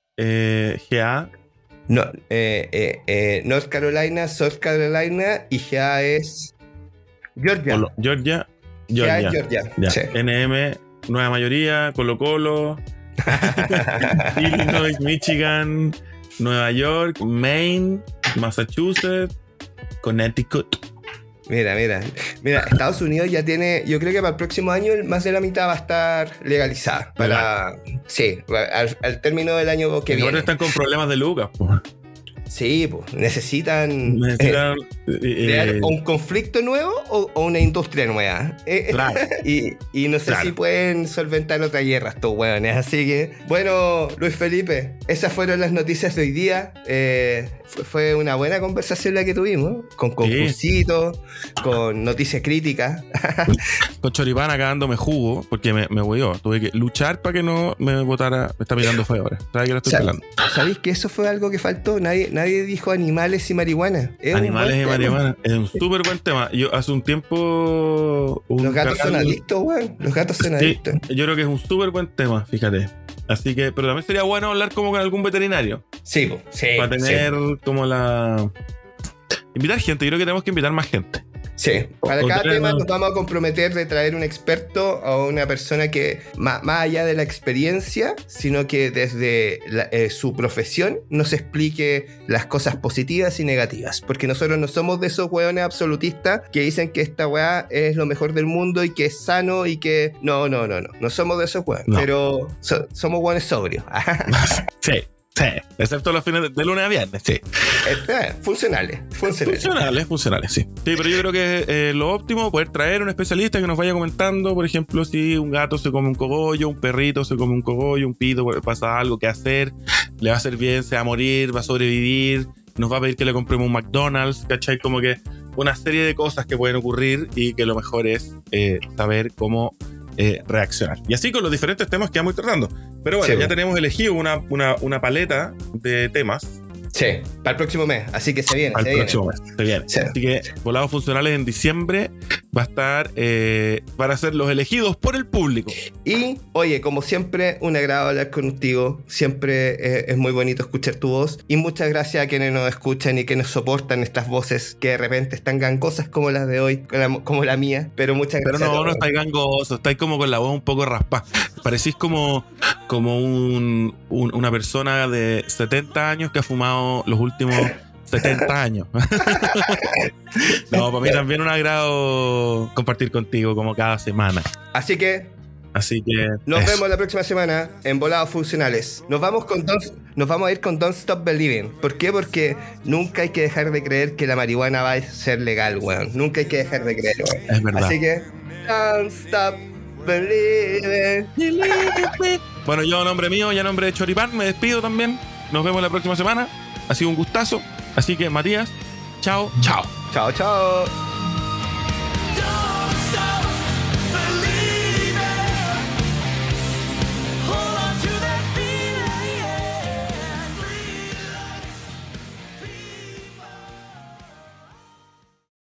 [SPEAKER 3] GA.
[SPEAKER 2] No, North Carolina, South Carolina y GA es Georgia.
[SPEAKER 3] Georgia.
[SPEAKER 2] GA es Georgia.
[SPEAKER 3] Ya.
[SPEAKER 2] Sí.
[SPEAKER 3] NM, nueva mayoría, Colo-Colo, Illinois, Michigan, Nueva York, Maine, Massachusetts, Connecticut.
[SPEAKER 2] Mira, Estados Unidos ya tiene, yo creo que para el próximo año más de la mitad va a estar legalizada. Al término del año que viene.
[SPEAKER 3] Ahora están con problemas de lucas, pues.
[SPEAKER 2] Sí, pues necesitan
[SPEAKER 3] crear
[SPEAKER 2] un conflicto nuevo o una industria nueva.
[SPEAKER 3] Claro.
[SPEAKER 2] Y no sé si pueden solventar otra guerra estos hueones. Así que, bueno, Luis Felipe, esas fueron las noticias de hoy día. Fue una buena conversación la que tuvimos, con concursitos, con noticias críticas.
[SPEAKER 3] Con Choripán acá dándome jugo, porque me hueó. Tuve que luchar para que no me votara. Me está mirando feo ahora. ¿Sabes que lo estoy hablando?
[SPEAKER 2] ¿Sabéis que eso fue algo que faltó? Nadie dijo animales y marihuana.
[SPEAKER 3] Animales y marihuana. Es un súper buen tema. Yo hace un tiempo...
[SPEAKER 2] Los gatos son adictos, weón. Los gatos son adictos.
[SPEAKER 3] Yo creo que es un súper buen tema, fíjate. Así que, pero también sería bueno hablar como con algún veterinario.
[SPEAKER 2] Sí, sí.
[SPEAKER 3] Para tener como la... Invitar gente. Yo creo que tenemos que invitar más gente.
[SPEAKER 2] Sí, para cada
[SPEAKER 3] Otra-
[SPEAKER 2] tema nos vamos a comprometer de traer un experto o una persona que, más allá de la experiencia, sino que desde su profesión nos explique las cosas positivas y negativas. Porque nosotros no somos de esos hueones absolutistas que dicen que esta weá es lo mejor del mundo y que es sano y que... No somos de esos hueones,
[SPEAKER 3] No.
[SPEAKER 2] pero somos hueones sobrios.
[SPEAKER 3] Sí, excepto los fines de lunes a viernes, sí.
[SPEAKER 2] Funcionales.
[SPEAKER 3] Funcionales, sí. Sí, pero yo creo que lo óptimo poder traer un especialista que nos vaya comentando, por ejemplo, si un gato se come un cogollo, un perrito se come un cogollo, un pito, pasa algo, qué hacer, le va a hacer bien, se va a morir, va a sobrevivir, nos va a pedir que le compremos un McDonald's, ¿cachai? Como que una serie de cosas que pueden ocurrir y que lo mejor es saber cómo reaccionar. Y así con los diferentes temas que vamos tratando. Pero bueno,
[SPEAKER 2] Sí.
[SPEAKER 3] ya tenemos elegido una paleta de temas.
[SPEAKER 2] Sí, para el próximo mes, así que se viene.
[SPEAKER 3] Al
[SPEAKER 2] se viene.
[SPEAKER 3] próximo mes, se viene.
[SPEAKER 2] Sí.
[SPEAKER 3] Así que Volados Funcionales en diciembre va a estar para ser los elegidos por el público.
[SPEAKER 2] Y, oye, como siempre, un agrado hablar contigo. Siempre es muy bonito escuchar tu voz. Y muchas gracias a quienes nos escuchan y que nos soportan estas voces que de repente están gancosas como las de hoy, como la mía. Pero muchas
[SPEAKER 3] Pero
[SPEAKER 2] gracias. a
[SPEAKER 3] no
[SPEAKER 2] todos.
[SPEAKER 3] estáis gangosos, estáis como con la voz un poco raspada. Parecís como una persona de 70 años que ha fumado los últimos 70 años. No, para mí también un agrado compartir contigo como cada semana.
[SPEAKER 2] Así que
[SPEAKER 3] Así que
[SPEAKER 2] nos
[SPEAKER 3] eso.
[SPEAKER 2] vemos la próxima semana en Volados Funcionales. Nos vamos a ir con Don't Stop Believing. ¿Por qué? Porque nunca hay que dejar de creer que la marihuana va a ser legal, weón. Nunca hay que dejar de creer, weón.
[SPEAKER 3] Es verdad.
[SPEAKER 2] Así que Don't Stop Believing.
[SPEAKER 3] Bueno, yo a nombre mío y a nombre de Choripán me despido también. Nos vemos la próxima semana. Ha sido un gustazo. Así que Matías, chao.
[SPEAKER 2] Chao, chao.
[SPEAKER 5] Don't